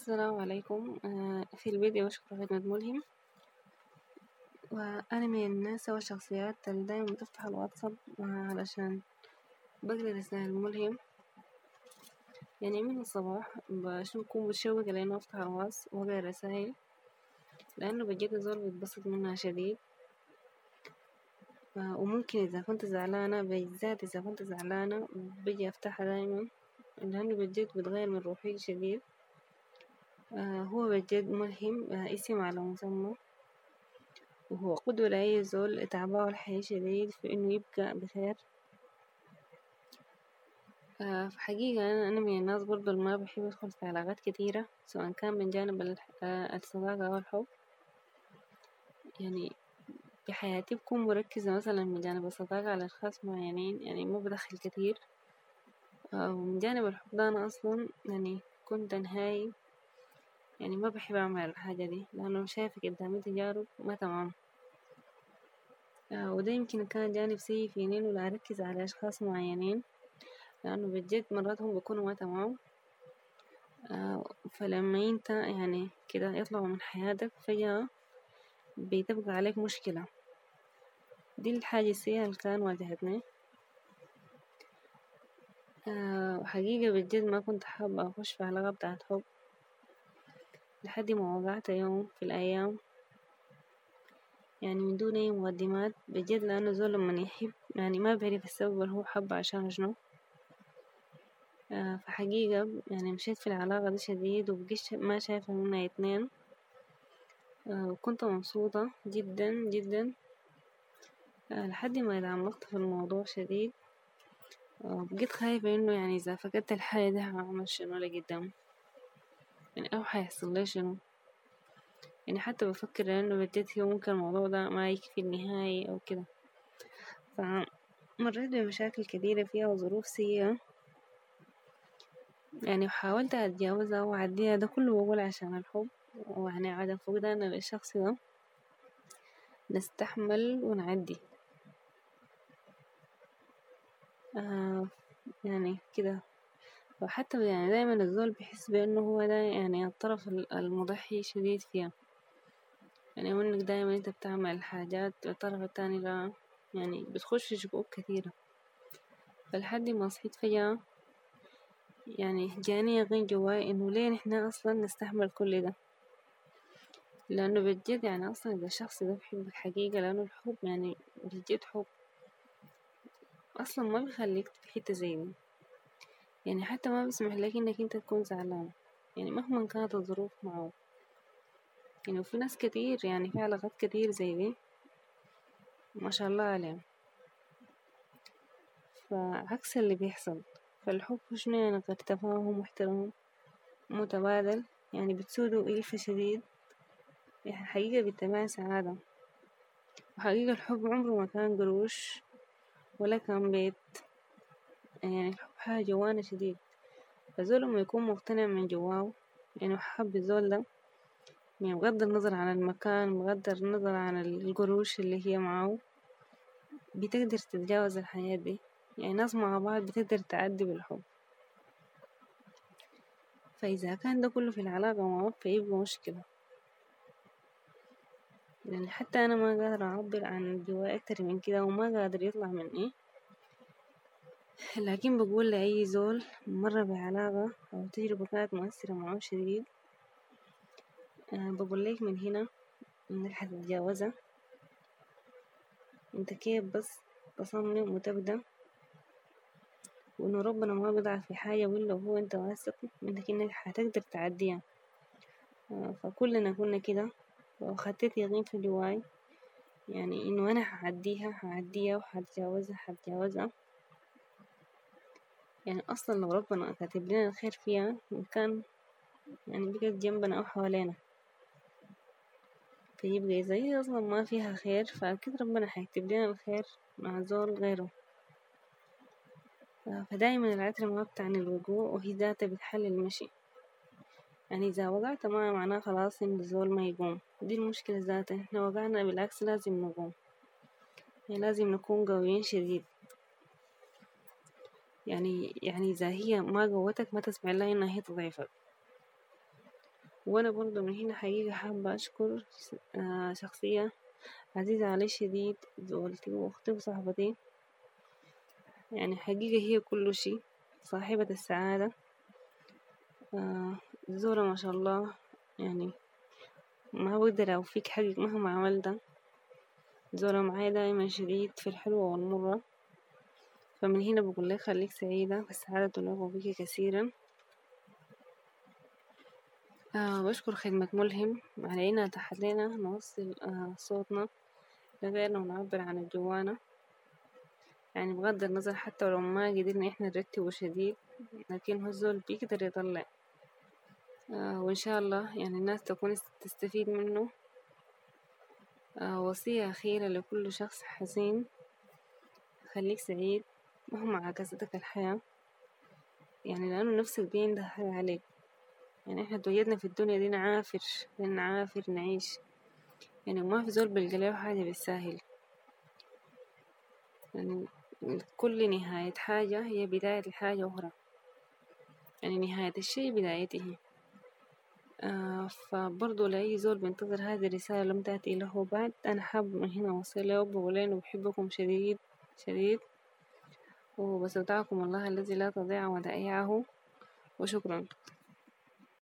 السلام عليكم. في الفيديو أشكر خدمة ملهم. وأنا من الناس أو الشخصيات اللي دايما بتفتح الواتساب علشان بقرا رسائل ملهم. يعني من الصباح بكون متشوقة لأنه أفتح الواتس وأقرا رسائل، لأنه بجد زول بتبسط منها شديد. وممكن إذا كنت زعلانة بالذات، إذا كنت زعلانة بجي أفتحها دايما، لأنه بجد بتغير من روحي شديد. هو بجد ملهم، اسم على مسمى، وهو قدوة لأي زول تعباه الحياة شديد في إنه يبقى بخير. في حقيقة أنا من الناس برضو اللي ما بحب أدخل في علاقات كتيرة، سواء كان من جانب الصداقة أو الحب. يعني بحياتي بكون مركزة مثلا من جانب الصداقة على أشخاص معينين، يعني ما بدخل كتير. ومن جانب الحب ده أنا أصلا يعني كنت نهاية، يعني ما بحب أعمل الحاجة دي لأنه شايفة قدامي تجارب ما تمام. وده يمكن كان جانب سيء فيني، إنه لا أركز على أشخاص معينين لأنه بجد مراتهم بيكونوا ما تمام. فلما انت يعني كده يطلعوا من حياتك فجأة بتبقى عليك مشكلة. دي الحاجة السيئة اللي كان واجهتني. وحقيقة بجد ما كنت حابة أخش في علاقة بتاعت حب لحد ما وقعت يوم في الأيام، يعني من دون أي مقدمات بجد، لأنه زول لما يحب يعني ما بيعرف السبب اللي هو حب عشان شنو. فحقيقة يعني مشيت في العلاقة دي شديد وبقيت ما شايفة منها اتنين. وكنت مبسوطة جدا جدا لحد ما تعمقت في الموضوع شديد. بقيت خايفة إنه يعني إذا فقدت الحاجة دي هعمل شنو لقدام، يعني أو هيحصل لي شنو. يعني حتى بفكر إنه بديت ممكن الموضوع ده ما يكفي النهاية أو كده. فمريت بمشاكل كثيرة فيها وظروف سيئة، يعني حاولت أتجاوزها وأعديها. ده كله بقول عشان الحب، ويعني عدم فقدان للشخص ده نستحمل ونعدي. يعني كده. وحتى يعني دايما الزول بيحس بأنه هو ده يعني الطرف المضحي شديد فيها، يعني وانك دايما انت بتعمل حاجات الطرف التاني لا، يعني بتخش في شكوك كثيرة. فلحد ما صحيت فجأة يعني جاني يقين جواي انه ليه نحن اصلا نستحمل كل ده، لانه بجد يعني اصلا اذا الشخص ده بحبك حقيقة، لانه الحب يعني بجد حب اصلا ما بيخليك في حتة زي دي. يعني حتى ما بيسمح لك انك انت تكون زعلان، يعني مهما كانت الظروف معه. يعني وفي ناس كتير، يعني في علاقات كتير زي دي ما شاء الله عليهم. فعكس اللي بيحصل، فالحب شنو يعني غير تفاهم واحترام متبادل، يعني بتسودوا ألفة شديد. يعني حقيقة بالتبع سعادة. وحقيقة الحب عمره ما كان قروش ولا كان بيت، يعني الحب حاجة جوانا شديد. فزول لما يكون مقتنع من جواه يعني حب الزول ده، يعني بغض النظر عن المكان، بغض النظر عن القروش اللي هي معاه، بتقدر تتجاوز الحياة دي. يعني ناس مع بعض بتقدر تعدي بالحب. فإذا كان ده كله في العلاقة معه فيبقى مشكلة. يعني حتى أنا ما قادرة أعبر عن جواي أكتر من كده، وما قادر يطلع من إيه. لكن بقول لأي زول مر بعلاقة أو تجربة كانت مؤثرة معه شديد، بقول لك من هنا إنك حتتجاوزها. انت كيف بس تصمم وتبدأ، وإنه ربنا ما بيضعف في حاجة وإلا هو انت واثق إنك حتقدر تعديها. فكلنا كنا كده، وخدت يقين في جواي يعني إنه أنا هعديها وهتجاوزها. يعني أصلا لو ربنا كاتب لنا الخير فيها كان يعني بقت جنبنا أو حوالينا، فيبقى إذا هي أصلا ما فيها خير فأكيد ربنا حيكتب لنا الخير مع زول غيره. فدايما العترة ما بتعني الوقوع، وهي ذاتها بتحل المشي. يعني إذا وقعت ما معناه خلاص إن الزول ما يقوم، دي المشكلة ذاتها. إحنا وقعنا بالعكس لازم نقوم، يعني لازم نكون قويين شديد. يعني إذا هي ما قوتك ما تسمع لها إنها هي تضعفك. وأنا برضو من هنا حقيقة حابة أشكر شخصية عزيزة علي شديد، زولتي وأختي وصاحبتي، يعني حقيقة هي كل شي، صاحبة السعادة. زورة ما شاء الله، يعني ما بقدر أوفيك حقك مهما عملت. زورة معايا دايما شديد في الحلوة والمرة، فمن هنا بقول لك خليك سعيدة، فالسعادة تلاقوا بك كثيرا. بشكر خدمة ملهم علينا تحت لنا نوصل صوتنا لغيرنا ونعبر عن الجوانا، يعني بغض النظر حتى ولو ما قدرنا احنا نرتبه شديد، لكن هو الزول بيقدر يطلع. وإن شاء الله يعني الناس تكون تستفيد منه. وصية أخيرة لكل شخص حزين: خليك سعيد مهما عكستك الحياة، يعني لأنه نفسك دي عندها حاجة عليك. يعني احنا اتوجدنا في الدنيا دي نعافر، نعافر نعيش، يعني ما في زول بيلقى له حاجة بالساهل. يعني كل نهاية حاجة هي بداية الحاجة أخرى، يعني نهاية الشيء بدايته. فبرضو لأي زول بينتظر هذه الرسالة لم تأتي له بعد، أنا حابة من هنا أوصل له وبقول إنه بحبكم شديد شديد، وبستودعكم الله الذي لا تضيع ودائعه، وشكرا.